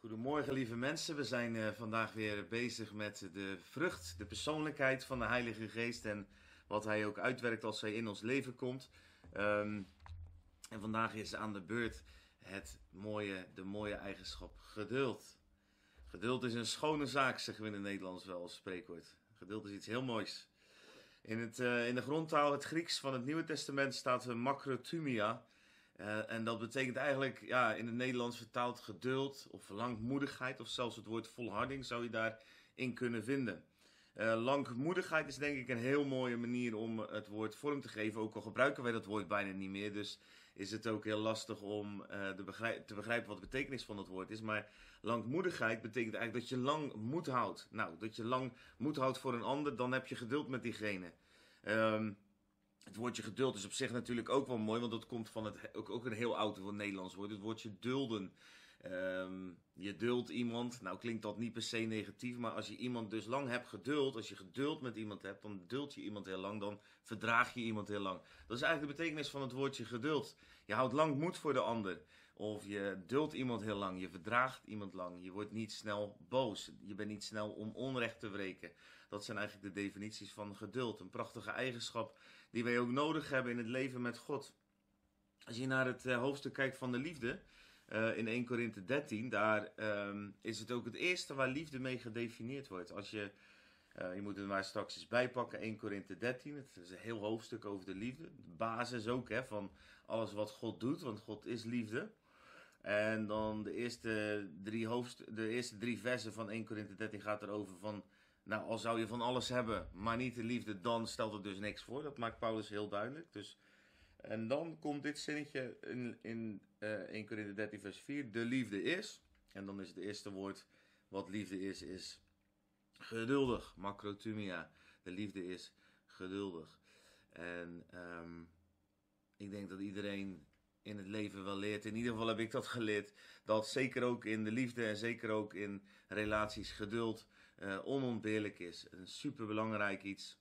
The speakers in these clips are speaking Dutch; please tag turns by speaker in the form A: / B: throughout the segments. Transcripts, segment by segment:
A: Goedemorgen lieve mensen, we zijn vandaag weer bezig met de vrucht, de persoonlijkheid van de Heilige Geest en wat Hij ook uitwerkt als Hij in ons leven komt. En vandaag is aan de beurt de mooie eigenschap geduld. Geduld is een schone zaak, zeggen we in het Nederlands wel als spreekwoord. Geduld is iets heel moois. In de grondtaal, het Grieks van het Nieuwe Testament, staat makrothumia. En dat betekent eigenlijk, ja, in het Nederlands vertaald geduld of langmoedigheid of zelfs het woord volharding zou je daarin kunnen vinden. Langmoedigheid is denk ik een heel mooie manier om het woord vorm te geven, ook al gebruiken wij dat woord bijna niet meer. Dus is het ook heel lastig om te begrijpen wat de betekenis van dat woord is. Maar langmoedigheid betekent eigenlijk dat je lang moed houdt. Nou, dat je lang moed houdt voor een ander, dan heb je geduld met diegene. Het woordje geduld is op zich natuurlijk ook wel mooi, want dat komt van ook een heel oud Nederlands woord. Het woordje dulden. Je duldt iemand, nou klinkt dat niet per se negatief, maar als je iemand dus lang hebt geduld, als je geduld met iemand hebt, dan duld je iemand heel lang, dan verdraag je iemand heel lang. Dat is eigenlijk de betekenis van het woordje geduld. Je houdt lang moed voor de ander, of je duldt iemand heel lang, je verdraagt iemand lang, je wordt niet snel boos, je bent niet snel om onrecht te wreken. Dat zijn eigenlijk de definities van geduld, een prachtige eigenschap die wij ook nodig hebben in het leven met God. Als je naar het hoofdstuk kijkt van de liefde, in 1 Korinthe 13, daar is het ook het eerste waar liefde mee gedefinieerd wordt. Je moet er maar straks eens bijpakken, 1 Korinthe 13, het is een heel hoofdstuk over de liefde. De basis ook van alles wat God doet, want God is liefde. En dan de eerste drie versen van 1 Korinthe 13 gaat erover van, nou, al zou je van alles hebben, maar niet de liefde, dan stelt het dus niks voor. Dat maakt Paulus heel duidelijk. En dan komt dit zinnetje in 1 Korinthe 13 vers 4. De liefde is, en dan is het eerste woord wat liefde is geduldig. Makrothumia. De liefde is geduldig. En ik denk dat iedereen in het leven wel leert, in ieder geval heb ik dat geleerd, dat zeker ook in de liefde en zeker ook in relaties geduld onontbeerlijk is. Een superbelangrijk iets.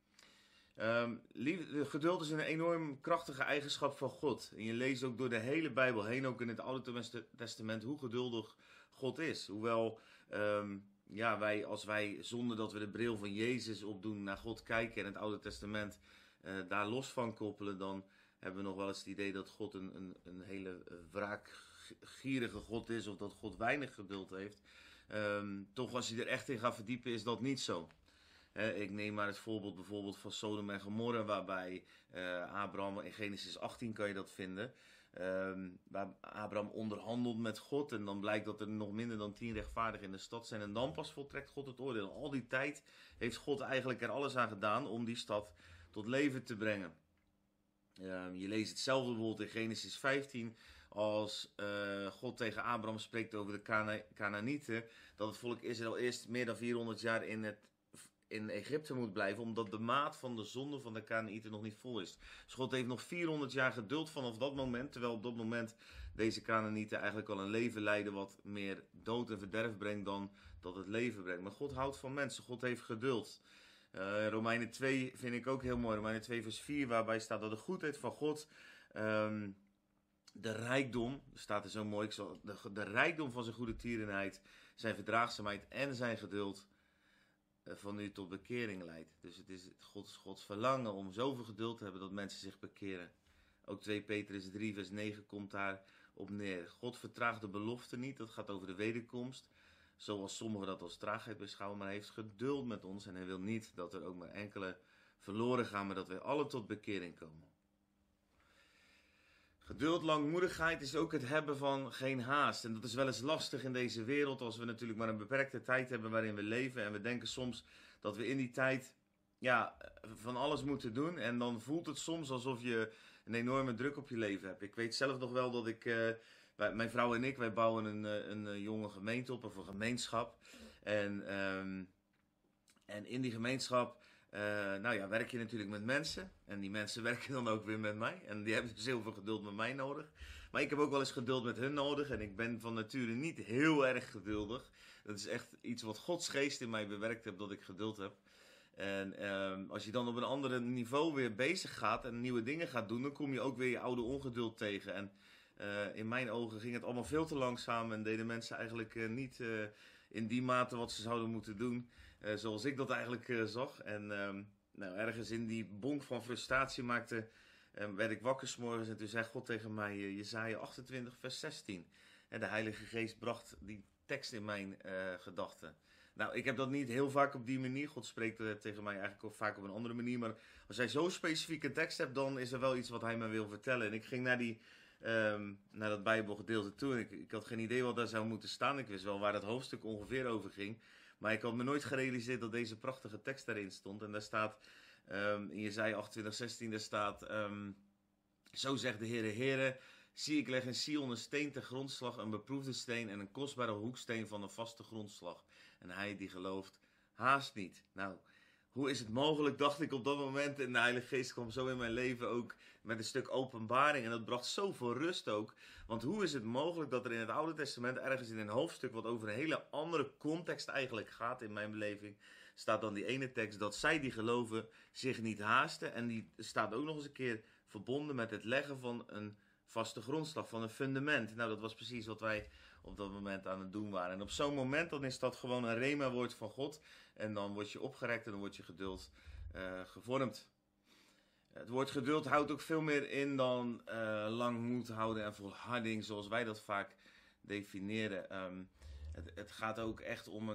A: Geduld is een enorm krachtige eigenschap van God. En je leest ook door de hele Bijbel heen, ook in het Oude Testament, hoe geduldig God is. Hoewel als wij zonder dat we de bril van Jezus opdoen naar God kijken en het Oude Testament daar los van koppelen, dan hebben we nog wel eens het idee dat God een hele wraakgierige God is of dat God weinig geduld heeft. Toch als je er echt in gaat verdiepen is dat niet zo. Ik neem maar het voorbeeld bijvoorbeeld van Sodom en Gomorra, waarbij Abraham, in Genesis 18 kan je dat vinden, waar Abraham onderhandelt met God en dan blijkt dat er nog minder dan 10 rechtvaardigen in de stad zijn en dan pas voltrekt God het oordeel. Al die tijd heeft God eigenlijk er alles aan gedaan om die stad tot leven te brengen. Je leest hetzelfde bijvoorbeeld in Genesis 15 als God tegen Abraham spreekt over de Kanaanieten, dat het volk Israël eerst meer dan 400 jaar in Egypte moet blijven, omdat de maat van de zonde van de Kanaanieten nog niet vol is. Dus God heeft nog 400 jaar geduld vanaf dat moment, terwijl op dat moment deze Kanaanieten eigenlijk al een leven leiden wat meer dood en verderf brengt dan dat het leven brengt. Maar God houdt van mensen, God heeft geduld. Romeinen 2 vind ik ook heel mooi, Romeinen 2 vers 4, waarbij staat dat de goedheid van God, de rijkdom, staat er zo mooi, de rijkdom van zijn goede tierenheid, zijn verdraagzaamheid en zijn geduld van u tot bekering leidt. Dus het is Gods verlangen om zoveel geduld te hebben dat mensen zich bekeren. Ook 2 Petrus 3 vers 9 komt daar op neer. God vertraagt de belofte niet, dat gaat over de wederkomst. Zoals sommigen dat als traagheid beschouwen, maar hij heeft geduld met ons en hij wil niet dat er ook maar enkele verloren gaan, maar dat wij alle tot bekering komen. Geduld, langmoedigheid is ook het hebben van geen haast. En dat is wel eens lastig in deze wereld als we natuurlijk maar een beperkte tijd hebben waarin we leven. En we denken soms dat we in die tijd van alles moeten doen. En dan voelt het soms alsof je een enorme druk op je leven hebt. Ik weet zelf nog wel dat mijn vrouw en ik, wij bouwen een jonge gemeente op, of een gemeenschap. En in die gemeenschap werk je natuurlijk met mensen. En die mensen werken dan ook weer met mij. En die hebben dus heel veel geduld met mij nodig. Maar ik heb ook wel eens geduld met hun nodig. En ik ben van nature niet heel erg geduldig. Dat is echt iets wat Gods geest in mij bewerkt heeft, dat ik geduld heb. En als je dan op een ander niveau weer bezig gaat en nieuwe dingen gaat doen, dan kom je ook weer je oude ongeduld tegen. En In mijn ogen ging het allemaal veel te langzaam en deden mensen eigenlijk niet in die mate wat ze zouden moeten doen, zoals ik dat eigenlijk zag. En nou, ergens in die bonk van frustratie werd ik wakker 's morgens en toen zei God tegen mij, Jesaja 28 vers 16. En de Heilige Geest bracht die tekst in mijn gedachten. Nou, ik heb dat niet heel vaak op die manier. God spreekt tegen mij eigenlijk ook vaak op een andere manier. Maar als hij zo specifiek een tekst hebt, dan is er wel iets wat hij me wil vertellen. En ik ging naar dat Bijbelgedeelte toe. En ik had geen idee wat daar zou moeten staan. Ik wist wel waar dat hoofdstuk ongeveer over ging. Maar ik had me nooit gerealiseerd dat deze prachtige tekst daarin stond. En daar staat in Jesaja 28:16, daar staat... Zo zegt de Heere, Heere, zie ik leg in Sion een steen ter grondslag, een beproefde steen en een kostbare hoeksteen van een vaste grondslag. En hij die gelooft, haast niet. Nou, hoe is het mogelijk, dacht ik op dat moment. En de Heilige Geest kwam zo in mijn leven ook met een stuk openbaring. En dat bracht zoveel rust ook. Want hoe is het mogelijk dat er in het Oude Testament ergens in een hoofdstuk wat over een hele andere context eigenlijk gaat in mijn beleving, staat dan die ene tekst dat zij die geloven zich niet haasten. En die staat ook nog eens een keer verbonden met het leggen van een vaste grondslag, van een fundament. Nou, dat was precies wat wij op dat moment aan het doen waren. En op zo'n moment dan is dat gewoon een rema-woord van God. En dan word je opgerekt en dan wordt je geduld gevormd. Het woord geduld houdt ook veel meer in dan lang moed houden en volharding, zoals wij dat vaak definiëren. Het gaat ook echt om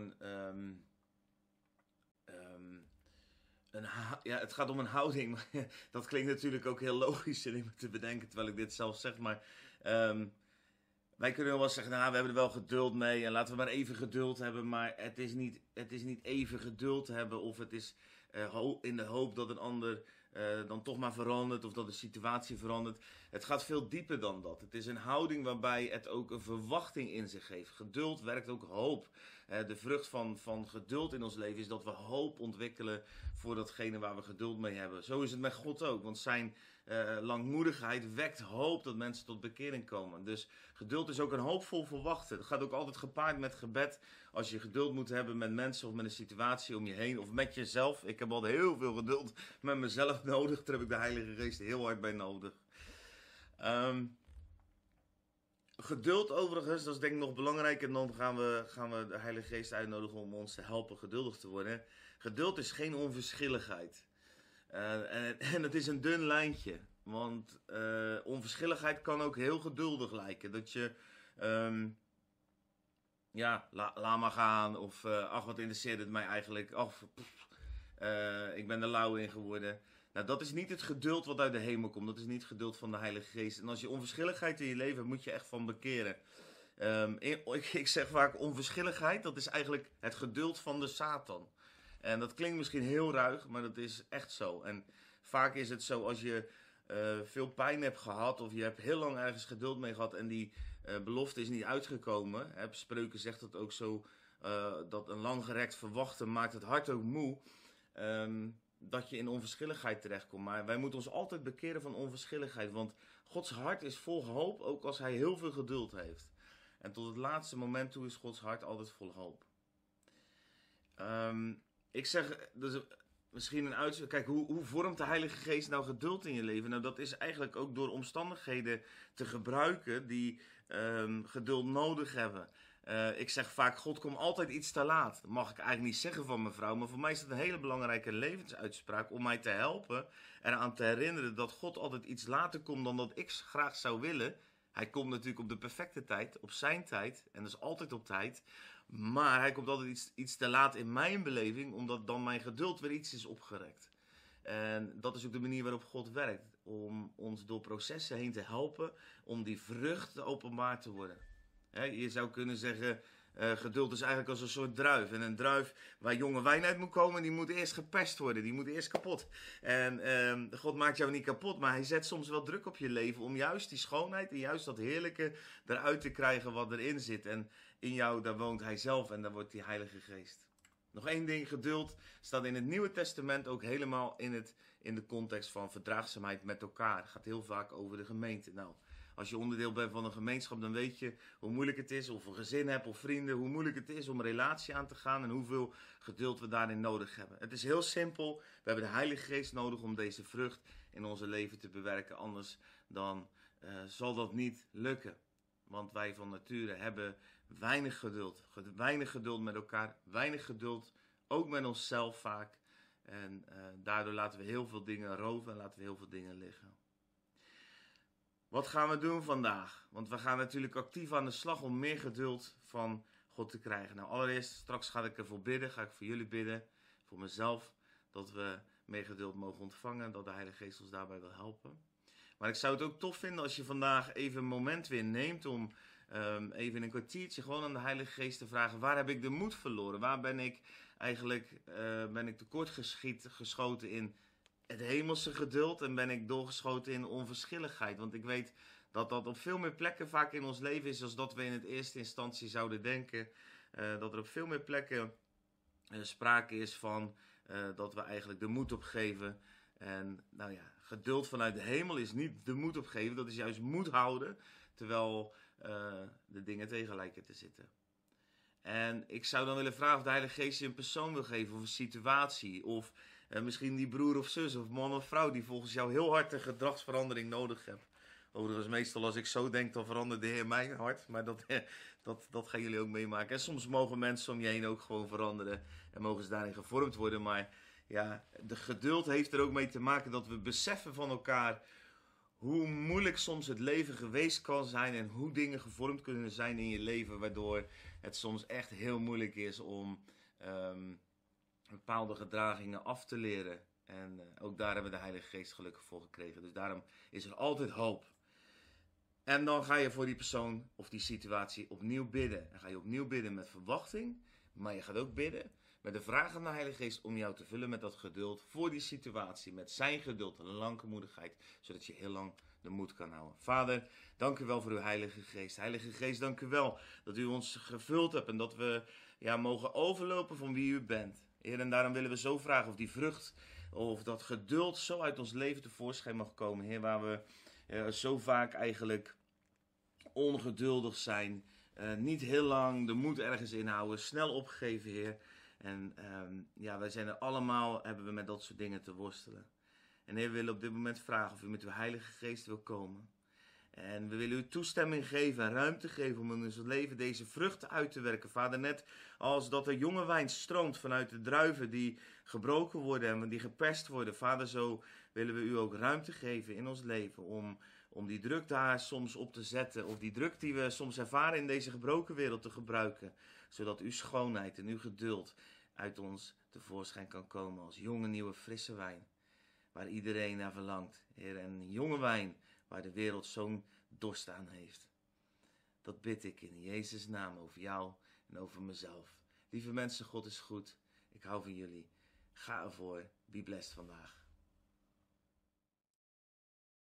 A: het gaat om een houding. Dat klinkt natuurlijk ook heel logisch in me te bedenken, terwijl ik dit zelf zeg. Maar wij kunnen wel zeggen, nou, we hebben er wel geduld mee en laten we maar even geduld hebben. Maar het is niet even geduld hebben of het is in de hoop dat een ander dan toch maar verandert of dat de situatie verandert. Het gaat veel dieper dan dat. Het is een houding waarbij het ook een verwachting in zich heeft. Geduld werkt ook hoop. De vrucht van geduld in ons leven is dat we hoop ontwikkelen voor datgene waar we geduld mee hebben. Zo is het met God ook, want zijn langmoedigheid wekt hoop dat mensen tot bekering komen. Dus geduld is ook een hoopvol verwachten. Het gaat ook altijd gepaard met gebed. Als je geduld moet hebben met mensen of met een situatie om je heen of met jezelf. Ik heb altijd heel veel geduld met mezelf nodig. Daar heb ik de Heilige Geest heel hard bij nodig. Geduld overigens, dat is denk ik nog belangrijk. En dan gaan we de Heilige Geest uitnodigen om ons te helpen geduldig te worden. Geduld is geen onverschilligheid. En het is een dun lijntje. Want onverschilligheid kan ook heel geduldig lijken. Dat je, laat maar gaan. Of, ach, wat interesseert het mij eigenlijk. Ik ben er lauw in geworden. Nou, dat is niet het geduld wat uit de hemel komt. Dat is niet het geduld van de Heilige Geest. En als je onverschilligheid in je leven hebt, moet je echt van bekeren. Ik zeg vaak onverschilligheid, dat is eigenlijk het geduld van de Satan. En dat klinkt misschien heel ruig, maar dat is echt zo. En vaak is het zo als je veel pijn hebt gehad of je hebt heel lang ergens geduld mee gehad en die belofte is niet uitgekomen. Spreuken zegt dat ook zo, dat een langgerekt verwachten maakt het hart ook moe. Dat je in onverschilligheid terechtkomt. Maar wij moeten ons altijd bekeren van onverschilligheid. Want Gods hart is vol hoop, ook als hij heel veel geduld heeft. En tot het laatste moment toe is Gods hart altijd vol hoop. Ik zeg, dus misschien een uitspraak. Kijk, hoe vormt de Heilige Geest nou geduld in je leven? Nou, dat is eigenlijk ook door omstandigheden te gebruiken die geduld nodig hebben. Ik zeg vaak, God komt altijd iets te laat. Dat mag ik eigenlijk niet zeggen van mijn vrouw, maar voor mij is dat een hele belangrijke levensuitspraak om mij te helpen eraan te herinneren dat God altijd iets later komt dan dat ik graag zou willen. Hij komt natuurlijk op de perfecte tijd, op zijn tijd, en dat is altijd op tijd. Maar hij komt altijd iets te laat in mijn beleving, omdat dan mijn geduld weer iets is opgerekt. En dat is ook de manier waarop God werkt, om ons door processen heen te helpen, om die vrucht openbaar te worden. Je zou kunnen zeggen, geduld is eigenlijk als een soort druif. En een druif waar jonge wijn uit moet komen, die moet eerst gepest worden. Die moet eerst kapot. En God maakt jou niet kapot, maar hij zet soms wel druk op je leven om juist die schoonheid en juist dat heerlijke eruit te krijgen wat erin zit. En in jou, daar woont hij zelf en daar wordt die Heilige Geest. Nog één ding, geduld staat in het Nieuwe Testament ook helemaal in de context van verdraagzaamheid met elkaar. Het gaat heel vaak over de gemeente. Nou, als je onderdeel bent van een gemeenschap, dan weet je hoe moeilijk het is, of een gezin hebt of vrienden, hoe moeilijk het is om een relatie aan te gaan en hoeveel geduld we daarin nodig hebben. Het is heel simpel. We hebben de Heilige Geest nodig om deze vrucht in onze leven te bewerken. Anders dan zal dat niet lukken. Want wij van nature hebben weinig geduld. Weinig geduld met elkaar, weinig geduld ook met onszelf vaak. En daardoor laten we heel veel dingen roven en laten we heel veel dingen liggen. Wat gaan we doen vandaag? Want we gaan natuurlijk actief aan de slag om meer geduld van God te krijgen. Nou, allereerst, straks ga ik ervoor bidden, ga ik voor jullie bidden, voor mezelf, dat we meer geduld mogen ontvangen, dat de Heilige Geest ons daarbij wil helpen. Maar ik zou het ook tof vinden als je vandaag even een moment weer neemt om even een kwartiertje gewoon aan de Heilige Geest te vragen, waar heb ik de moed verloren? Waar ben ik eigenlijk geschoten in het hemelse geduld en ben ik doorgeschoten in onverschilligheid? Want ik weet dat dat op veel meer plekken vaak in ons leven is als dat we in het eerste instantie zouden denken. Dat er op veel meer plekken sprake is van dat we eigenlijk de moed opgeven. En nou ja, geduld vanuit de hemel is niet de moed opgeven, dat is juist moed houden, terwijl de dingen tegen lijken te zitten. En ik zou dan willen vragen of de Heilige Geest je een persoon wil geven, of een situatie, of misschien die broer of zus, of man of vrouw, die volgens jou heel hard een gedragsverandering nodig hebt. Overigens, meestal als ik zo denk, dan verandert de Heer mijn hart, maar dat gaan jullie ook meemaken. En soms mogen mensen om je heen ook gewoon veranderen en mogen ze daarin gevormd worden, maar ja, de geduld heeft er ook mee te maken dat we beseffen van elkaar hoe moeilijk soms het leven geweest kan zijn en hoe dingen gevormd kunnen zijn in je leven, waardoor het soms echt heel moeilijk is om bepaalde gedragingen af te leren. En ook daar hebben we de Heilige Geest gelukkig voor gekregen. Dus daarom is er altijd hoop. En dan ga je voor die persoon of die situatie opnieuw bidden. En ga je opnieuw bidden met verwachting, maar je gaat ook bidden met de vraag aan de Heilige Geest om jou te vullen met dat geduld voor die situatie. Met zijn geduld en langmoedigheid, zodat je heel lang de moed kan houden. Vader, dank u wel voor uw Heilige Geest. Heilige Geest, dank u wel dat u ons gevuld hebt en dat we mogen overlopen van wie u bent. Heer, en daarom willen we zo vragen of die vrucht of dat geduld zo uit ons leven tevoorschijn mag komen. Heer, waar we zo vaak eigenlijk ongeduldig zijn, niet heel lang de moed ergens inhouden, snel opgeven, Heer. En wij zijn er allemaal, hebben we met dat soort dingen te worstelen. En Heer, we willen op dit moment vragen of u met uw Heilige Geest wil komen. En we willen u toestemming geven en ruimte geven om in ons leven deze vruchten uit te werken. Vader, net als dat er jonge wijn stroomt vanuit de druiven die gebroken worden en die geperst worden. Vader, zo willen we u ook ruimte geven in ons leven om die druk daar soms op te zetten. Of die druk die we soms ervaren in deze gebroken wereld te gebruiken. Zodat uw schoonheid en uw geduld uit ons tevoorschijn kan komen als jonge, nieuwe, frisse wijn. Waar iedereen naar verlangt. Heer, en jonge wijn waar de wereld zo'n dorst aan heeft. Dat bid ik in Jezus' naam over jou en over mezelf. Lieve mensen, God is goed. Ik hou van jullie. Ga ervoor. Be blessed vandaag.